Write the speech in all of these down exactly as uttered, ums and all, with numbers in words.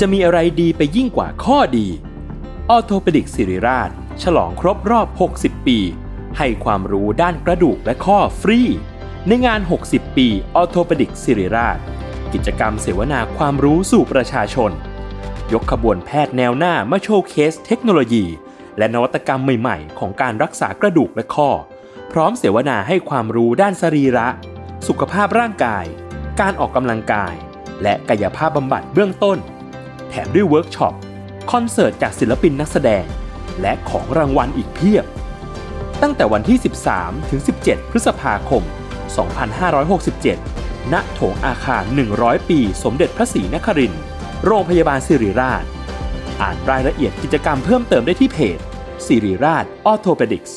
จะมีอะไรดีไปยิ่งกว่าข้อดีออร์โธเปดิกศิริราชฉลองครบรอบหกสิบปีให้ความรู้ด้านกระดูกและข้อฟรีในงานหกสิบปีออร์โธเปดิกศิริราชกิจกรรมเสวนาความรู้สู่ประชาชนยกขบวนแพทย์แนวหน้ามาโชว์เคสเทคโนโลยีและนวัตกรรมใหม่ๆของการรักษากระดูกและข้อพร้อมเสวนาให้ความรู้ด้านสรีระสุขภาพร่างกายการออกกำลังกายและกายภาพบำบัดเบื้องต้นแถมด้วยเวิร์กช็อปคอนเสิร์ตจากศิลปินนักแสดงและของรางวัลอีกเพียบตั้งแต่วันที่สิบสามถึงสิบเจ็ดพฤษภาคมสองพันห้าร้อยหกสิบเจ็ดณโถงอาคารหนึ่งร้อยปีสมเด็จพระศรีนครินทร์โรงพยาบาลศิริราชอ่านรายละเอียดกิจกรรมเพิ่มเติมได้ที่เพจศิริราชออร์โธเปดิกส์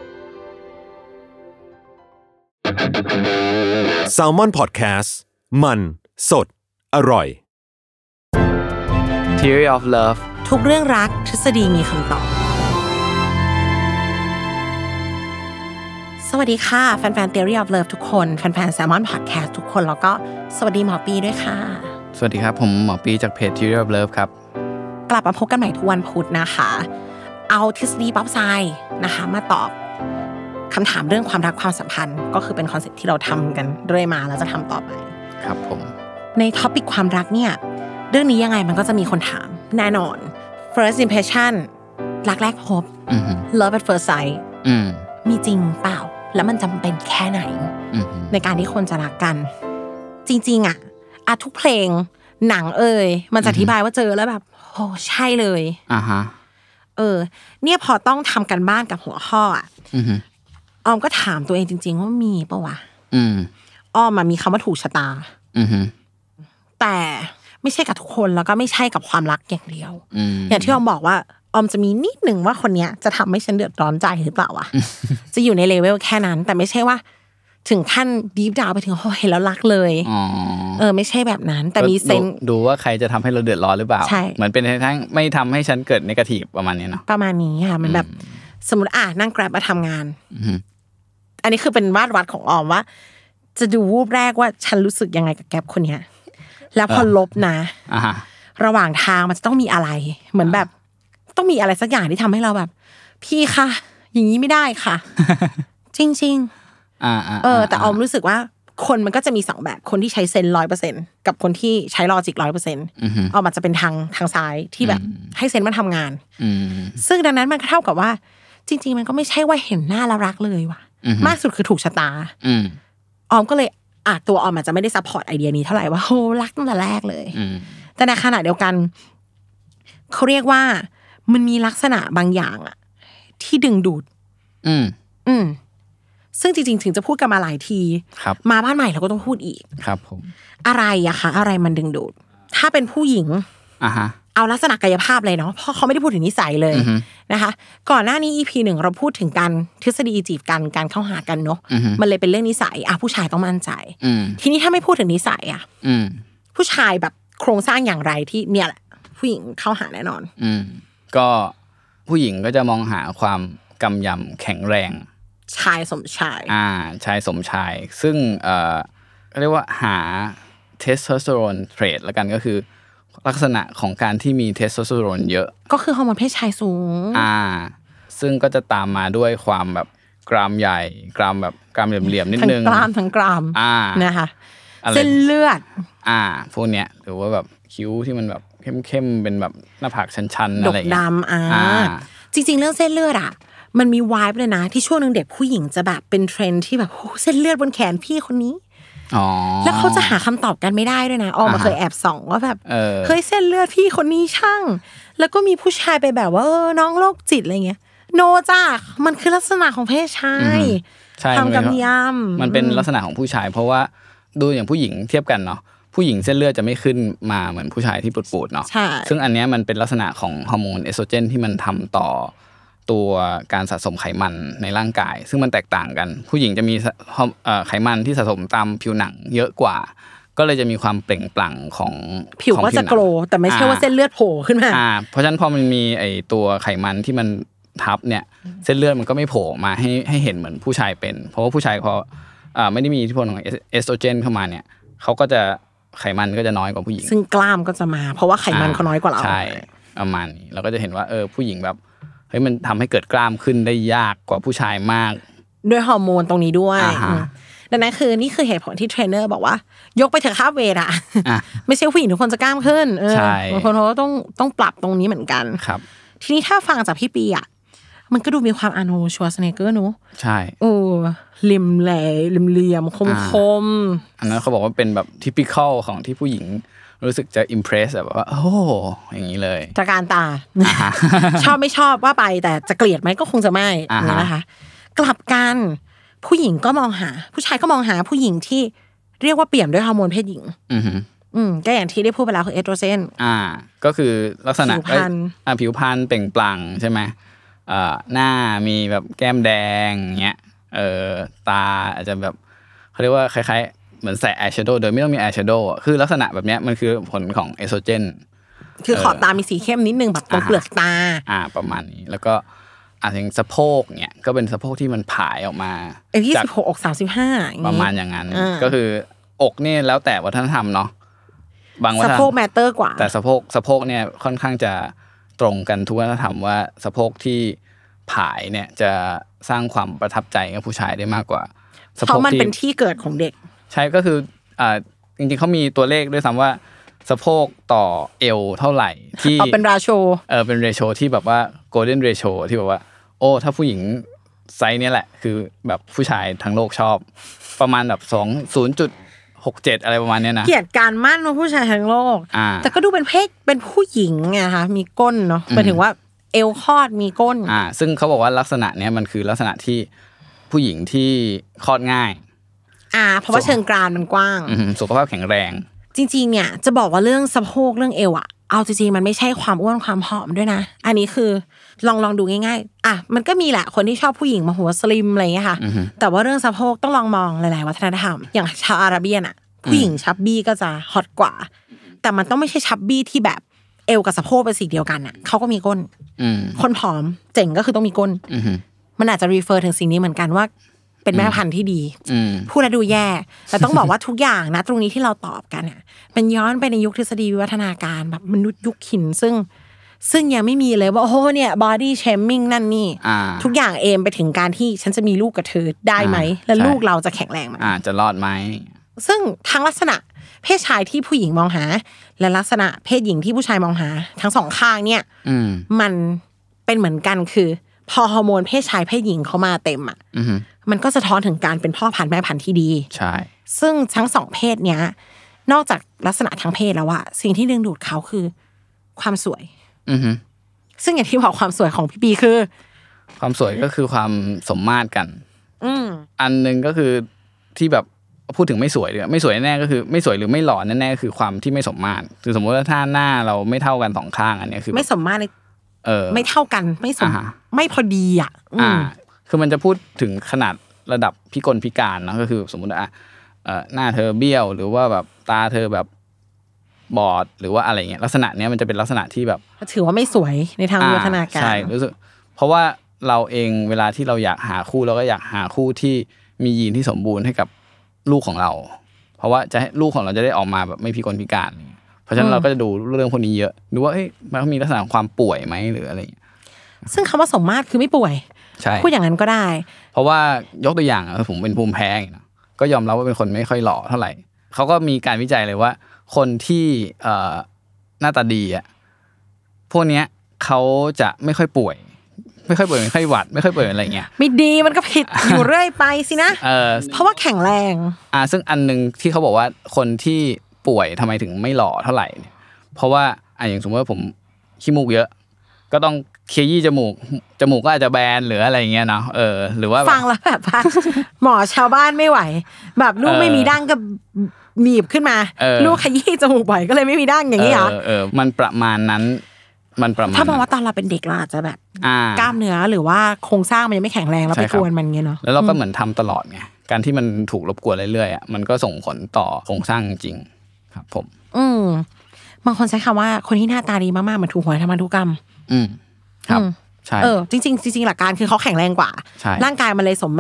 Salmon Podcast มันสดอร่อย Theory of Love ทุกเรื่องรักทฤษฎีมีคำตอบสวัสดีค่ะแฟนๆ Theory of Love ทุกคนแฟนๆ Salmon Podcast ทุกคนแล้วก็สวัสดีหมอปีด้วยค่ะสวัสดีครับผมหมอปีจากเพจ Theory of Love ครับกลับมาพบกันใหม่ทุกวันพุธนะคะเอาทฤษฎีป๊อปไซน์นะคะมาตอบคำถามเรื่องความรักความสัมพันธ์ก็คือเป็นคอนเซ็ปต์ที่เราทำกันเรื่อยมาแล้วจะทำต่อไปครับผมในท็อปิกความรักเนี่ยเรื่องนี้ยังไงมันก็จะมีคนถามแน่นอน first impression รักแรกพบ love at first sight มีจริงเปล่าแล้วมันจำเป็นแค่ไหนในการที่คนจะรักกันจริงๆอ่ะอะทุกเพลงหนังเอ่ยมันจะอธิบายว่าเจอแล้วแบบโอ้ใช่เลยอ่าฮะเออเนี่ยพอต้องทำกันบ้านกับหัวข้ออ่ะออมก็ถามตัวเองจริงๆว่ามีปะวะอ้อมมามีคำว่าถูกชะตาแต่ไม่ใช่กับทุกคนแล้วก็ไม่ใช่กับความรักอย่างเดียวอย่างที่ออมบอกว่าออมจะมีนิดหนึ่งว่าคนเนี้ยจะทำให้ฉันเดือดร้อนใจหรือเปล่าวะ จะอยู่ในเลเวลแค่นั้นแต่ไม่ใช่ว่าถึงขั้นดีฟดาวไปถึงโอ้ยแล้วรักเลยเออไม่ใช่แบบนั้นแต่มีเซนดูว่าใครจะทำให้เราเดือดร้อนหรือเปล่าเหมือนเป็นทั้งไม่ทำให้ฉันเกิดเนกาทีฟประมาณนี้เนาะประมาณนี้ค่ะมันแบบสมมติอ่ะนั่งแกร็บมาทำงานอันนี้คือเป็นวาดวัดของออมว่าจะดูวูบแรกว่าฉันรู้สึกยังไงกับแกร็บคนเนี้ยแล้วพอลบนะระหว่างทางมันจะต้องมีอะไรเหมือนแบบต้องมีอะไรสักอย่างที่ทำให้เราแบบพี่คะอย่างนี้ไม่ได้ค่ะจริงๆเออแต่ออมรู้สึกว่าคนมันก็จะมีสองแบบคนที่ใช้เซน ร้อยเปอร์เซ็นต์ กับคนที่ใช้ลอจิก ร้อยเปอร์เซ็นต์ ออมอาจจะเป็นทางทางซ้ายที่แบบให้เซนมันทำงานซึ่งดังนั้นมันก็เท่ากับว่าจริงๆมันก็ไม่ใช่ว่าเห็นหน้าแล้วรักเลยว่ะมากสุดคือถูกชะตาออมก็เลยอ่ะตัวออมอาจจะไม่ได้ซัพพอร์ตไอเดียนี้เท่าไหร่ว่าโหรักตั้งแต่แรกเลยแต่ในขณะเดียวกันเขาเรียกว่ามันมีลักษณะบางอย่างอะที่ดึงดูดอืมอืมซึ่งจริงๆถึงจะพูดกันมาหลายทีมาบ้านใหม่เราก็ต้องพูดอีกครับผมอะไรอะคะอะไรมันดึงดูดถ้าเป็นผู้หญิงอ่าฮะเอาลักษณะกายภาพเลยเนาะเพราะเขาไม่ได้พูดถึงนิสัยเลยนะคะก่อนหน้านี้ อี พี หนึ่งเราพูดถึงการทฤษฎีจีบกันการเข้าหากันเนาะมันเลยเป็นเรื่องนิสัยอ่ะผู้ชายต้องมั่นใจทีนี้ถ้าไม่พูดถึงนิสัยอ่ะผู้ชายแบบโครงสร้างอย่างไรที่เนี่ยแหละผู้หญิงเข้าหาแน่นอนอืมก็ผู้หญิงก็จะมองหาความกำยำแข็งแรงชายสมชายอ่าชายสมชายซึ่งเอ่อเรียกว่าหาเทสโทสเตอโรนเทรดแล้วกันก็คือลักษณะของการที่มีเทสโทสเตอโรนเยอะก็คือฮอร์โมนเพศชายสูงอ่าซึ่งก็จะตามมาด้วยความแบบกรามใหญ่กรามแบบกรามเหลี่ยมๆนิดนึงทั้งกรามทั้งกรามอ่านะคะเส้นเลือดอ่าพวกเนี้ยหรือว่าแบบคิ้วที่มันแบบเข้มๆเป็นแบบหน้าผากชันๆอะไรอย่างเงี้ยดกดำอ่าจริงๆเรื่องเส้นเลือดอ่ะมันมีวายเลยนะที่ช่วงนึงเด็กผู้หญิงจะแบบเป็นเทรนด์ที่แบบโอ้เส้นเลือดบนแขนพี่คนนี้อ๋อแล้วเขาจะหาคำตอบกันไม่ได้ด้วยนะออกมาเคยแอบส่องว่าแบบเฮ้ยเส้นเลือดพี่คนนี้ช่างแล้วก็มีผู้ชายไปแบบว่าเออน้องโรคจิตอะไรเงี้ยโนจ้ามันคือลักษณะของเพศชายทำกำยำมันเป็นลักษณะของผู้ชายเพราะว่าดูอย่างผู้หญิงเทียบกันเนาะผู้หญิงเส้นเลือดจะไม่ขึ้นมาเหมือนผู้ชายที่ปูดๆเนาะซึ่งอันนี้มันเป็นลักษณะของฮอร์โมนเอสโตรเจนที่มันทำต่อตัวการสะสมไขมันในร่างกายซึ่งมันแตกต่างกันผู้หญิงจะมีไขมันที่สะสมตามผิวหนังเยอะกว่าก็เลยจะมีความเปล่งปลั่งของผิวก็จะโกลว์แต่ไม่ใช่ว่าเส้นเลือดโผล่ขึ้นมาอ่าเพราะฉะนั้นพอมันมีไอตัวไขมันที่มันทับเนี่ยเส้นเลือดมันก็ไม่โผล่มาให้ให้เห็นเหมือนผู้ชายเป็นเพราะว่าผู้ชายพออ่าไม่ได้มีอิทธิพลของเอสโตรเจนเข้ามาเนี่ยเขาก็จะไขมันก็จะน้อยกว่าผู้หญิงซึ่งกล้ามก็จะมาเพราะว่าไขมันเขาน้อยกว่าเราใช่ประมาณนี้เราก็จะเห็นว่าเออผู้หญิงแบบเฮ้ยมันทำให้เกิดกล้ามขึ้นได้ยากกว่าผู้ชายมากด้วยฮอร์โมนตรงนี้ด้วยดังนั้นคือนี่คือเหตุผลที่เทรนเนอร์บอกว่ายกไปเถอะค่าเวทอ่ะไม่ใช่ผู้หญิงทุกคนจะกล้ามขึ้นเออบางคนเขาก็ต้องต้องปรับตรงนี้เหมือนกันครับทีนี้ถ้าฟังจากพี่ปีอ่ะมันก็ดูมีความอาร์โนลด์ ชัวร์ซเนกเกอร์เนอะใช่โอ้ริมแหลริมเหลี่ยมคมคมอันนั้นเขาบอกว่าเป็นแบบทิปิคอลของที่ผู้หญิงรู้สึกจะอิมเพรสแบบว่าโอ้อย่างนี้เลยตะการตาชอบไม่ชอบว่าไปแต่จะเกลียดไหมก็คงจะไม่นะคะกลับกันผู้หญิงก็มองหาผู้ชายก็มองหาผู้หญิงที่เรียกว่าเปี่ยมด้วยฮอร์โมนเพศหญิงอืออืมก็อย่างที่ได้พูดไปแล้วคือเอสโตรเจนอ่าก็คือลักษณะอ่าผิวพรรณเปล่งปลั่งใช่ไหมอ่าหน้ามีแบบแก้มแดงเงี้ยเอ่อตาอาจจะแบบเขาเรียกว่าคล้ายๆเหมือนใส่อายแชโดว์โดยไม่ต้องมีอายแชโดว์คือลักษณะแบบเนี้ยมันคือผลของเอสโตรเจนคือขอบตามีสีเข้มนิดนึงแบบตรงเปลือกตาอ่าประมาณนี้แล้วก็อาจจะสะโพกเนี่ยก็เป็นสะโพกที่มันผายออกมาจากสิบหกอกสามสิบห้าประมาณอย่างนั้นก็คืออกนี่แล้วแต่วัฒนธรรมเนาะบางวัฒนธรรมสะโพกแมตเตอร์กว่าแต่สะโพกสะโพกเนี่ยค่อนข้างจะตรงกันทุกวัฒนธรรมว่าสะโพกที่ผายเนี่ยจะสร้างความประทับใจกับผู้ชายได้มากกว่าเพราะมันเป็นที่เกิดของเด็กใช่ก็คืออ่าจริงๆเขามีตัวเลขด้วยซ้ำว่าสะโพกต่อเอวเท่าไหร่ที่เอาเป็นราโชเออเป็นเรโชที่แบบว่าโกลเด้นเรโชที่แบบว่าโอ้ถ้าผู้หญิงไซส์นี้แหละคือแบบผู้ชายทั้งโลกชอบประมาณแบบสอง ศูนย์จุดหกเจ็ดอะไรประมาณนี้นะเกลียดการมั่นว่าผู้ชายทั้งโลกแต่ก็ดูเป็นเพศเป็นผู้หญิงไงคะมีก้นเนาะหมายถึงว่าเอวคลอดมีก้นอ่าซึ่งเขาบอกว่าลักษณะเนี้ยมันคือลักษณะที่ผู้หญิงที่คลอดง่ายอ่าเพราะว่าเชิงกรานมันกว้างสุขภาพแข็งแรงจริงๆเนี่ยจะบอกว่าเรื่องสะโพกเรื่องเอวอะเอาจริงๆมันไม่ใช่ความอ้วนความผอมด้วยนะอันนี้คือลองลองดูง่ายๆอ่ะมันก็มีแหละคนที่ชอบผู้หญิงมาหัวสลิมอะไรอย่างเงี้ยค่ะแต่ว่าเรื่องสะโพกต้องลองมองหลายๆวัฒนธรรมอย่างชาวอาระเบียนอะผู้หญิงชับบี้ก็จะฮอตกว่าแต่มันต้องไม่ใช่ชับบี้ที่แบบเอวกับสะโพกเป็นสิ่งเดียวกันอะเขาก็มีก้นคนผอมเจ๋งก็คือต้องมีก้นมันอาจจะรีเฟอร์ถึงสิ่งนี้เหมือนกันว่าเป็นแม่พันธุ์ที่ดีพูดแล้วดูแย่แต่ต้องบอกว่าทุกอย่างนะตรงนี้ที่เราตอบกันอ่ะมันย้อนไปในยุคทฤษฎีวิวัฒนาการแบบมนุษย์ยุคหินซึ่งซึ่งยังไม่มีเลยว่าโอ้โหเนี่ย body shaming นั่นนี่ทุกอย่างเอมไปถึงการที่ฉันจะมีลูกกับเธอได้ไหมแล้วลูกเราจะแข็งแรงไหมจะรอดไหมซึ่งทั้งลักษณะเพศชายที่ผู้หญิงมองหาและลักษณะเพศหญิงที่ผู้ชายมองหาทั้งสองข้างเนี่ยมันเป็นเหมือนกันคือพอฮอร์โมนเพศชายเพศหญิงเขามาเต็มอ่ะมันก็สะท้อนถึงการเป็นพ่อพันธุ์แม่พันธุ์ที่ดีใช่ซึ่งทั้งสองเพศเนี้ยนอกจากลักษณะทางเพศแล้วอะสิ่งที่ดึงดูดเขาคือความสวยอือฮึซึ่งอย่างที่บอกความสวยของพี่ปีคือความสวยก็คือความสมมาตรกันอืมอันนึงก็คือที่แบบพูดถึงไม่สวยเลยไม่สวยแน่ก็คือไม่สวยหรือไม่หล่อแน่ๆก็คือความที่ไม่สมมาตรคือสมมติว่าถ้าหน้าเราไม่เท่ากันสองข้างอันนี้คือไม่สมมาตรเลยเออไม่เท่ากันไม่สมไม่พอดีอ่ะอ่าคือมันจะพูดถึงขนาดระดับพิกลพิการนะก็คือสมมุติอ่ะเอ่อหน้าเธอเบี้ยวหรือว่าแบบตาเธอแบบบอดหรือว่าอะไรเงี้ยลักษณะเนี้ยมันจะเป็นลักษณะที่แบบถือว่าไม่สวยในทางวิวัฒนาการใช่รู้สึกเพราะว่าเราเองเวลาที่เราอยากหาคู่เราก็อยากหาคู่ที่มียีนที่สมบูรณ์ให้กับลูกของเราเพราะว่าจะให้ลูกของเราจะได้ออกมาแบบไม่พิกลพิการเพราะฉะนั้นเราก็จะดูเรื่องพวกนี้เยอะดูว่าเฮ้ยมันมีลักษณะความป่วยไหมหรืออะไรซึ่งคำว่าสมมาตรคือไม่ป่วยพูดอย่างนั้นก็ได้เพราะว่ายกตัวอย่างผมเป็นภูมิแพ้เนาะก็ยอมรับว่าเป็นคนไม่ค่อยหล่อเท่าไหร่เขาก็มีการวิจัยเลยว่าคนที่เอ่อหน้าตาดีอ่ะพวกเนี้ยเขาจะไม่ค่อยป่วยไม่ค่อยป่วยไม่ค่อยหวัดไม่ค่อยป่วยอะไรเงี้ยไม่ดีมันก็ผิดอยู่เรื่อยไปสินะเออเพราะว่าแข็งแรงอ่าซึ่งอันนึงที่เขาบอกว่าคนที่ป่วยทำไมถึงไม่หล่อเท่าไหร่เพราะว่าอ่ะอย่างสมมติว่าผมขี้มูกเยอะก็ต้องเคยี่จมูกจมูกก็อาจจะแบนหรืออะไรเงี้ยเนาะเออหรือว่าฟังแล้วแบบว่าหมอชาวบ้านไม่ไหวแบบลูกไม่มีดั้งก็หนีบขึ้นมาลูกขยี้จมูกบ่อยก็เลยไม่มีดั้งอย่างนี้เหรอเออเออมันประมาณนั้นมันประมาณถ้าบอกว่าตอนเราเป็นเด็กเราอาจจะแบบกล้ามเนื้อหรือว่าโครงสร้างมันยังไม่แข็งแรงแล้วไปกวนมันเงี้ยเนาะแล้วเราก็เหมือนทำตลอดไงการที่มันถูกรบกวนเรื่อยๆอ่ะมันก็ส่งผลต่อโครงสร้างจริงครับผมอืมบางคนใช้คำว่าคนที่หน้าตาดีมากๆเหมือนถูกหวยทำพันธุกรรมอืมครับใช่เออจริงๆจริงๆหลักการคือเขาแข็งแรงกว่าร่างกายมันเลยสมมาตร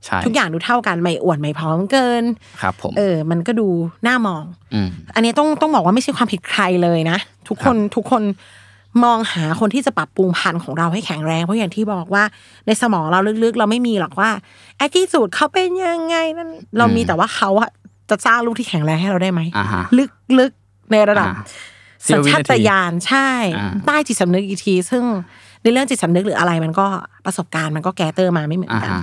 ทุกอย่างดูเท่ากันไม่อ้วนไม่ผอมเกินครับผมเออมันก็ดูน่ามองอันนี้ต้องต้องบอกว่าไม่ใช่ความผิดใครเลยนะทุกคนทุกคนมองหาคนที่จะปรับปรุงพันธุ์ของเราให้แข็งแรงเพราะอย่างที่บอกว่าในสมองเราลึกๆเราไม่มีหรอกว่าไอ้ที่สูตรเขาเป็นยังไงนั่นเรามีแต่ว่าเขาอะจะสร้างลูกที่แข็งแรงให้เราได้ไหมลึกๆในระดับสัญชาตญาณใช่ใต้จิตสำนึกอีกทีซึ่งในเรื่องจิตสำนึกหรืออะไรมันก็ประสบการณ์มันก็แกเตอร์มาไม่เหมือนกัน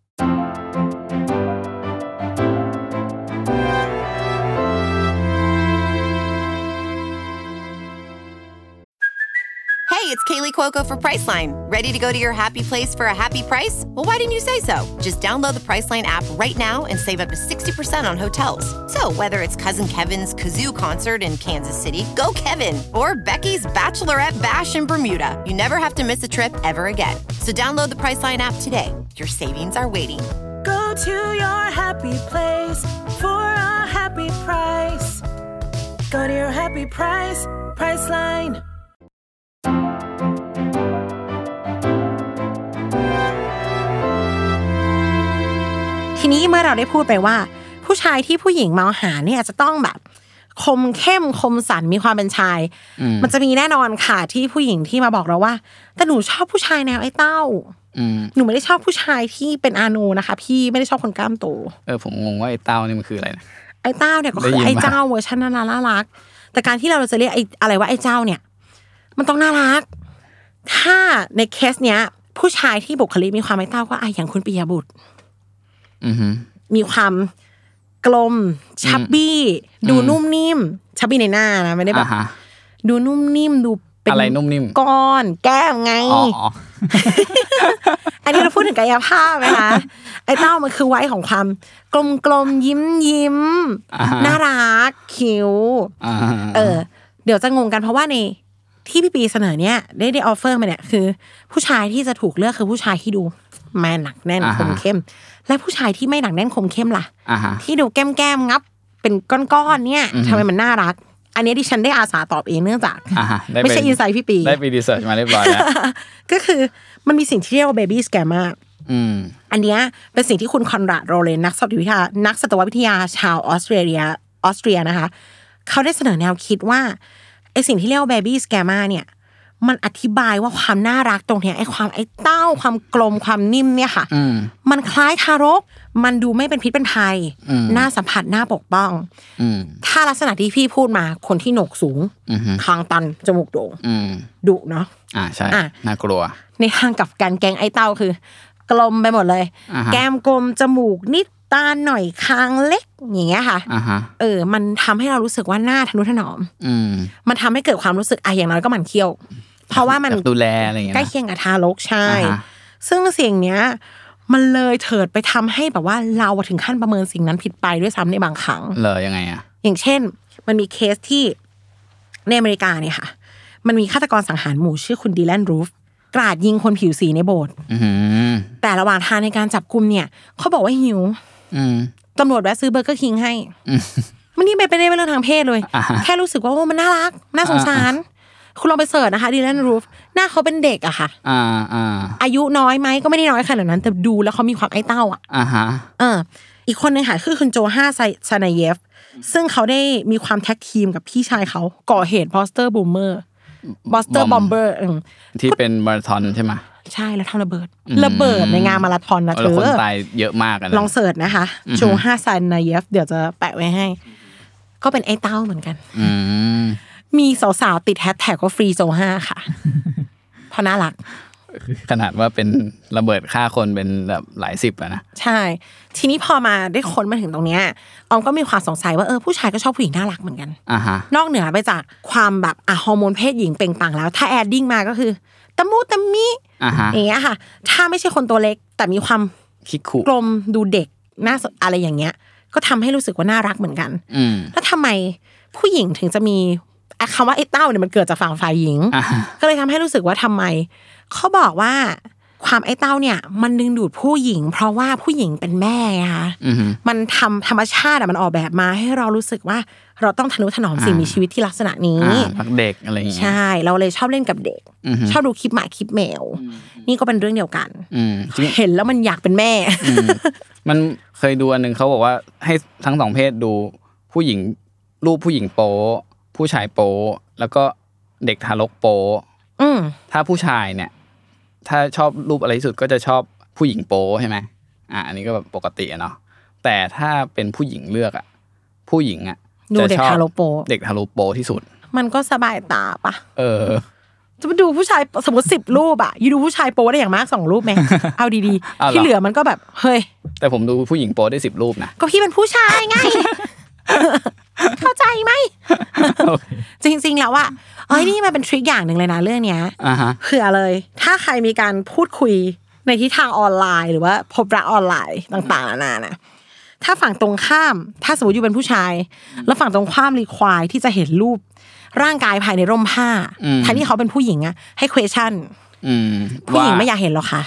Hey, it's Kaylee Cuoco for Priceline. Ready to go to your happy place for a happy price? Well, why didn't you say so? Just download the Priceline app right now and save up to sixty percent on hotels. So whether it's Cousin Kevin's Kazoo Concert in Kansas City, go Kevin, or Becky's Bachelorette Bash in Bermuda, you never have to miss a trip ever again. So download the Priceline app today. Your savings are waiting. Go to your happy place for a happy price. Go to your happy price, Priceline. ทีนี้เมื่อเราได้พูดไปว่าผู้ชายที่ผู้หญิงมองหาเนี่ยจะต้องแบบคมเข้มคมสันมีความเป็นชายมันจะมีแน่นอนค่ะที่ผู้หญิงที่มาบอกเราว่าแต่หนูชอบผู้ชายแนวไอ้เต้าหนูไม่ได้ชอบผู้ชายที่เป็นอาโนนะคะพี่ไม่ได้ชอบคนกล้ามโตเออผมงงว่าไอ้เต้านี่มันคืออะไรนะไอ้เต้าเนี่ยก็คือไอ้เจ้าเวอร์ชันน่ารักแต่การที่เราจะเรียกไอ้อะไรว่าไอ้เจ้าเนี่ยมันต้องน่ารักถ้าในเคสเนี้ยผู้ชายที่บุคลิกมีความไอ้เต้าก็อ่ะอย่างคุณปิยบุตรมีความกลมชับบี้ดูนุ่มนิ่มชับบี้ในหน้านะไม่ได้แบบดูนุ่มนิ่มดูเป็นอะไรนุ่มนิ่มก้อนแก้มไงอันนี้เราพูดถึงกายภาพไหมคะไอ้เต้ามันคือไว้ของความกลมกลมยิ้มยิ้มน่ารักคิ้วเออเดี๋ยวจะงงกันเพราะว่าในที่พี่ปีเสนอเนี่ยได้ได้ออฟเฟอร์มาเนี่ยคือผู้ชายที่จะถูกเลือกคือผู้ชายที่ดูแมนหนักแน่นคมเข้มและผู้ชายที่ไม่หนักแน่นคมเข้มล่ะที่ดูแก้มแก้มงับเป็นก้อนๆเนี่ยทำไมมันน่ารักอันนี้ดิฉันได้อาสาตอบเองเนื่องจากไม่ใช่อินไซต์พี่ปีได้ไปรีเสิร์ชมาเรียบร้อยแล้วก็คือมันมีสิ่งที่เรียกว่าเบบี้สแกมมาอันนี้เป็นสิ่งที่คุณคอนราดโรเลนนักสัตววิทยานักสัตววิทยาชาวออสเตรเลียออสเตรียนะคะเขาได้เสนอแนวคิดว่าไอสิ่งที่เรียกว่าเบบี้สแกมมาเนี่ยมันอธิบายว่าความน่ารักตรงเนี้ยไอ้ความไอ้เต้าความกลมความนิ่มเนี่ยค่ะมันคล้ายทารกมันดูไม่เป็นพิษเป็นภัยน่าสัมผัสน่าปกป้องถ้าลักษณะที่พี่พูดมาคนที่โหนกสูงคางตันจมูกโด่งดุเนาะอ่าใช่น่ากลัวในทางกับการแกงไอ้เต้าคือกลมไปหมดเลยแก้มกลมจมูกนิดตาหน่อยคางเล็กอย่างเงี้ยค่ะเออมันทำให้เรารู้สึกว่าหน้าทะนุถนอมมันทำให้เกิดความรู้สึกอะอย่างน้อยก็มันเคี้ยวเพราะว่ามันดูแลอะไรอย่างเงี้ยใกล้เคียงกับทารกใช่ซึ่งสิ่งเนี้ยมันเลยเถิดไปทำให้แบบว่าเราถึงขั้นประเมินสิ่งนั้นผิดไปด้วยซ้ำในบางครั้งเลยยังไงอ่ะอย่างเช่นมันมีเคสที่ในอเมริกาเนี่ยค่ะมันมีฆาตกรสังหารหมู่ชื่อคุณดีแลนรูฟกราดยิงคนผิวสีในโบสถ์แต่ระหว่างทางในการจับกุมเนี่ยเขาบอกว่าหิวตำรวจแวะซื้อเบอร์เกอร์คิงให้มันนี่ไม่เป็นเรื่องทางเพศเลยแค่รู้สึกว่าโอ้มันน่ารักน่าสงสารคุณลองไปเสิร์ชนะคะดีแลนรูฟหน้าเขาเป็นเด็กอะค่ะอ่าอ่าอายุน้อยไหมก็ไม่ได้น้อยขนาดนั้นแต่ดูแล้วเขามีความไอ้เต้าอะอ่าฮะเอออีกคนนึงค่ะคือคุณโจฮาซานาเยฟซึ่งเขาได้มีความแท็กทีมกับพี่ชายเขาก่อเหตุบอสเตอร์บูมเมอร์บอสเตอร์บอมเบอร์ที่เป็นมาราธอนใช่ไหมใช่แล้วทำระเบิดระเบิดในงานมาราธอนนะเธอคนตายเยอะมากนะลองเสิร์ชนะคะโจฮาซานาเยฟเดี๋ยวจะแปะไว้ให้ก็เป็นไอ้เต้าเหมือนกันมีสาวๆติดแฮชแท็กว่าฟรีโจห้าค่ะเพราะน่ารักขนาดว่าเป็นระเบิดฆ่าคนเป็นแบบหลายสิบอะนะใช่ทีนี้พอมาได้ค้นมาถึงตรงเนี้ยออมก็มีความสงสัยว่าเออผู้ชายก็ชอบผู้หญิงน่ารักเหมือนกันอ่าฮะนอกเหนือไปจากความแบบอ่ะฮอร์โมนเพศหญิงเปล่งปลั่งแล้วถ้าแอดดิ้งมาก็คือตะมูตะมิอ่าฮะอย่างเงี้ยค่ะถ้าไม่ใช่คนตัวเล็กแต่มีความคิกคุกลมดูเด็กน่าอะไรอย่างเงี้ยก็ทำให้รู้สึกว่าน่ารักเหมือนกันแล้วทำไมผู้หญิงถึงจะมีคำว่าไอ้เต้าเนี่ยมันเกิดจากฝั่งฝ่ายหญิงก็เลยทำให้รู้สึกว่าทำไมเขาบอกว่าความไอ้เต้าเนี่ยมันดึงดูดผู้หญิงเพราะว่าผู้หญิงเป็นแม่ไงคะมันทำธรรมชาติอะมันออกแบบมาให้เรารู้สึกว่าเราต้องทนุถนอมสิ่งมีชีวิตที่ลักษณะนี้รักเด็กอะไรอย่างเงี้ยใช่เราเลยชอบเล่นกับเด็กชอบดูคลิปหมาคลิปแมวนี่ก็เป็นเรื่องเดียวกันเห็นแล้วมันอยากเป็นแม่มันเคยดูอันนึงเขาบอกว่าให้ทั้งสองเพศดูผู้หญิงรูปผู้หญิงโป๊ผู้ชายโป๊แล้วก็เด็กทารกโป๊ถ้าผู้ชายเนี่ยถ้าชอบรูปอะไรที่สุดก็จะชอบผู้หญิงโป๊ใช่ไหมอ่ะอันนี้ก็แบบปกติเนาะแต่ถ้าเป็นผู้หญิงเลือกอ่ะผู้หญิงอ่ะจะชอบเด็กทารกโป๊เด็กทารกโป๊ที่สุดมันก็สบายตาปะเออจะไปดูผู้ชายสมมติสิบรูปอ่ะยูดูผู้ชายโป๊ได้อย่างมากสองรูปไหมเอาดีๆที่เหลือมันก็แบบเฮ้ยแต่ผมดูผู้หญิงโป๊ได้สิบรูปนะก็พี่เป็นผู้ชายไงเข้าใจไหมจริงๆแล้วว่าเอ้ยนี่มันเป็นทริคอย่างหนึ่งเลยนะเรื่องเนี้ยเผื่อเลยถ้าใครมีการพูดคุยในทิศทางออนไลน์หรือว่าพบรักออนไลน์ต่างๆนานานะถ้าฝั่งตรงข้ามถ้าสมมติอยู่เป็นผู้ชายแล้วฝั่งตรงข้ามรีควายที่จะเห็นรูปร่างกายภายในร่มผ้าแทนที่เขาเป็นผู้หญิงอะให้ question ผู้หญิงไม่อยากเห็นหรอกค่ะ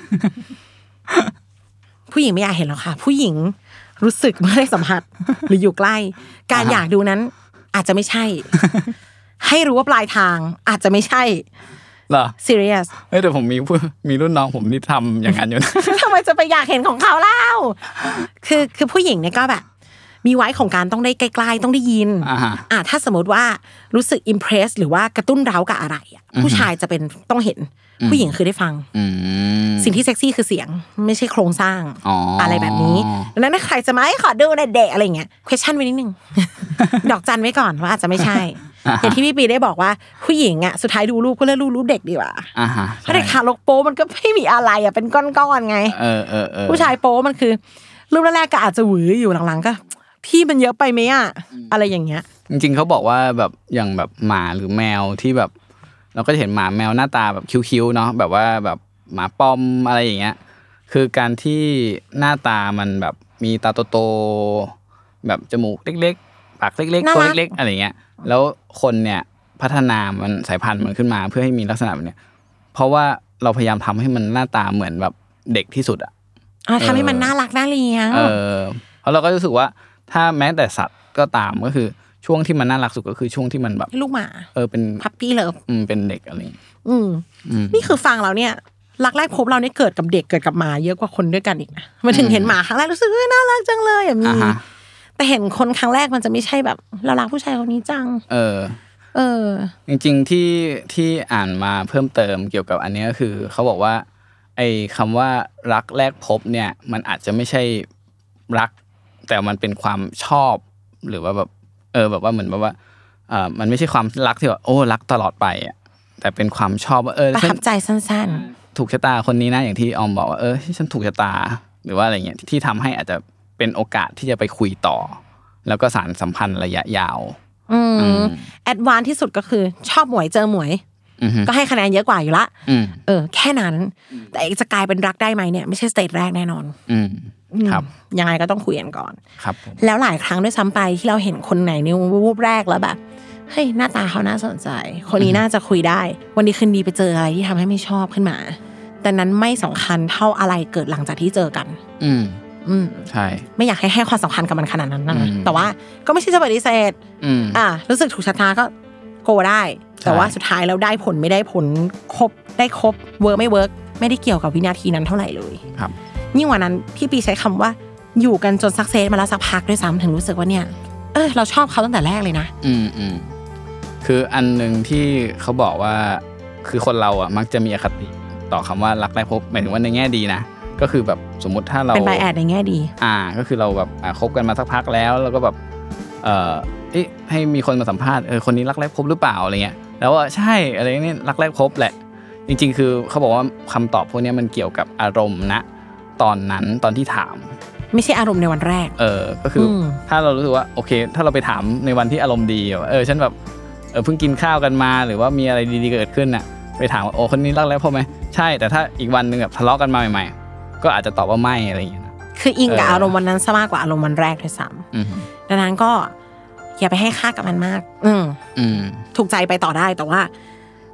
ผู้หญิงไม่อยากเห็นหรอกค่ะผู้หญิงรู้สึกเมื่อได้สัมผัสหรืออยู่ใกล้การอยากดูนั้นอาจจะไม่ใช่ให้รู้ว่าปลายทางอาจจะไม่ใช่เหรอ serious เฮ้ยแต่ผมมีมีรุ่นน้องผมที่ทำอย่างนั้นอยู่นะทำไมจะไปอยากเห็นของเขาเล่าคือคือผู้หญิงเนี่ยก็แบบมีไว้ของการต้องได้ใกล้ๆต้องได้ยินอ่าถ้าสมมติว่ารู้สึก impress หรือว่ากระตุ้นเร้ากับอะไรอ่ะผู้ชายจะเป็นต้องเห็นผู้หญิงคือได้ฟังสิ่งที่เซ็กซี่คือเสียงไม่ใช่โครงสร้างอะไรแบบนี้ดังนั้นถ้าใครจะมาให้ขอดูในเดะอะไรเงี้ย question ไว้นิดนึงดอกจันไว้ก่อนว่าอาจจะไม่ใช่อย่างที่พี่ปีได้บอกว่าผู้หญิงอ่ะสุดท้ายดูรูปก็เลือกรูปเด็กดีกว่าถ้าเด็กขาลกโป๊มันก็ไม่มีอะไรอ่ะเป็นก้อนๆไงผู้ชายโป๊มันคือรูปแรกๆก็อาจจะหวืออยู่หลังๆก็พี่มันเยอะไปไหมอ่ะอะไรอย่างเงี้ยจริงๆเขาบอกว่าแบบอย่างแบบหมาหรือแมวที่แบบเราก็จะเห็นหมาแมวหน้าตาแบบคิ้วๆเนาะแบบว่าแบบหมาป้อมอะไรอย่างเงี้ยคือการที่หน้าตามันแบบมีตาโตๆแบบจมูกเล็กๆปากเล็กๆตัวเล็กๆอะไรเงี้ยแล้วคนเนี่ยพัฒนามันสายพันธุ์มันขึ้นมาเพื่อให้มีลักษณะแบบเนี้ยเพราะว่าเราพยายามทำให้มันหน้าตาเหมือนแบบเด็กที่สุดอ่ะอ๋อทำให้มันน่ารักน่าเลี้ยงเออเพราะเราก็รู้สึกว่าถ้าแม้แต่สัตว์ก็ตามก็คือช่วงที่มันน่ารักสุดก็คือช่วงที่มันแบบลูกหมาเออเป็นพัปปี้เลิฟอืมเป็นเด็กอะไรอืมนี่คือฟังเราเนี่ยรักแรกพบเราเนี่ยเกิดกับเด็กเกิดกับหมาเยอะกว่าคนด้วยกันอีกนะมาถึงเห็นหมาครั้งแรกรู้สึกเออน่ารักจังเลยอ่ะมีแต่เห็นคนครั้งแรกมันจะไม่ใช่แบบเรารักผู้ชายคนนี้จังเออเออจริงๆที่ที่อ่านมาเพิ่มเติมเกี่ยวกับอันนี้ก็คือเขาบอกว่าไอ้คำว่ารักแรกพบเนี่ยมันอาจจะไม่ใช่รักแต่มันเป็นความชอบหรือว่าแบบเออแบบว่าเหมือนแบบว่าอ่ามันไม่ใช่ความรักที่แบบโอ้รักตลอดไปอ่ะแต่เป็นความชอบว่าเออประทับใจสั้นๆถูกชะตาคนนี้นะอย่างที่ออมบอกว่าเออฉันถูกชะตาหรือว่าอะไรเงี้ยที่ทำให้อาจจะเป็นโอกาสที่จะไปคุยต่อแล้วก็สานสัมพันธ์ระยะยาวอืมแอดวานซ์ที่สุดก็คือชอบหมวยเจอหมวยก็ให้คะแนนเยอะกว่าอยู่ละเออแค่นั้นแต่จะกลายเป็นรักได้ไหมเนี่ยไม่ใช่สเตจแรกแน่นอนครับยังไงก็ต้องคุยกันก่อนครับแล้วหลายครั้งด้วยซ้ำไปที่เราเห็นคนไหนในวูบแรกแล้วแบบเฮ้ยหน้าตาเขาน่าสนใจคนนี้น่าจะคุยได้วันนี้คืนดีไปเจออะไรที่ทำให้ไม่ชอบขึ้นมาแต่นั้นไม่สำคัญเท่าอะไรเกิดหลังจากที่เจอกันอืมอืมใช่ไม่อยากให้ให้ความสำคัญกับมันขนาดนั้นนะแต่ว่าก็ไม่ใช่จะปฏิเสธอ่ารู้สึกถูกชะตาก็โกได้แต่ว่าสุดท้ายแล้วได้ผลไม่ได้ผลครบได้ครบเวิร์กไม่เวิร์กไม่ได้เกี่ยวกับวินาทีนั้นเท่าไหร่เลยครับยิ่งกว่านั้นพี่ปีใช้คำว่าอยู่กันจนซักเซสมาแล้วสักพักด้วยซ้ำถึงรู้สึกว่าเนี่ยเออเราชอบเขาตั้งแต่แรกเลยนะอืมอืมคืออันนึงที่เขาบอกว่าคือคนเราอ่ะมักจะมีอคติต่อคำว่ารักแรกพบหมายถึงว่าในแง่ดีนะก็คือแบบสมมุติถ้าเราเป็นไบแอดในแง่ดีอ่าก็คือเราแบบอ่าคบกันมาสักพักแล้วแล้วก็แบบเอ่อเอ๊ะให้มีคนมาสัมภาษณ์เออคนนี้รักแรกพบหรือเปล่าอะไรเงี้ยแล้วว่าใช่อะไรนี่รักแรกพบแหละจริงๆคือเขาบอกว่าคำตอบพวกนี้มันเกี่ยวกับอารมณ์นะตอนนั้นตอนที่ถามไม่ใช่อารมณ์ในวันแรกเออก็คือถ้าเรารู้สึกว่าโอเคถ้าเราไปถามในวันที่อารมณ์ดีเออฉันแบบเออเพิ่งกินข้าวกันมาหรือว่ามีอะไรดีๆเกิดขึ้นน่ะไปถามว่าโอ้คนนี้รักแรกพบไหมใช่แต่ถ้าอีกวันนึงแบบทะเลาะกันมาใหม่ๆก็อาจจะตอบว่าไม่อะไรอย่างเงี้ยคืออิงกับอารมณ์วันนั้นซะมากกว่าอารมณ์วันแรกด้วยซ้ำดังนั้นก็อย่าไปให้ค่ากับมันมากอืมถูกใจไปต่อได้แต่ว่า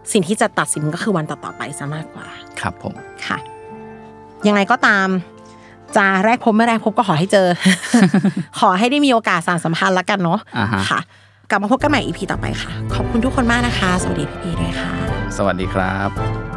สิ่งที่จะตัดสินก็คือวันต่อๆไปซะมากกว่าครับผมค่ะยังไงก็ตามจะแรกพบไม่แรกพบก็ขอให้เจอ ขอให้ได้มีโอกาสสานสัมพันธ์ละกันเนาะค่ะกลับมาพบกันใหม่ อี พี ต่อไปค่ะขอบคุณทุกคนมากนะคะสวัสดีพี่ๆด้วยค่ะสวัสดีครับ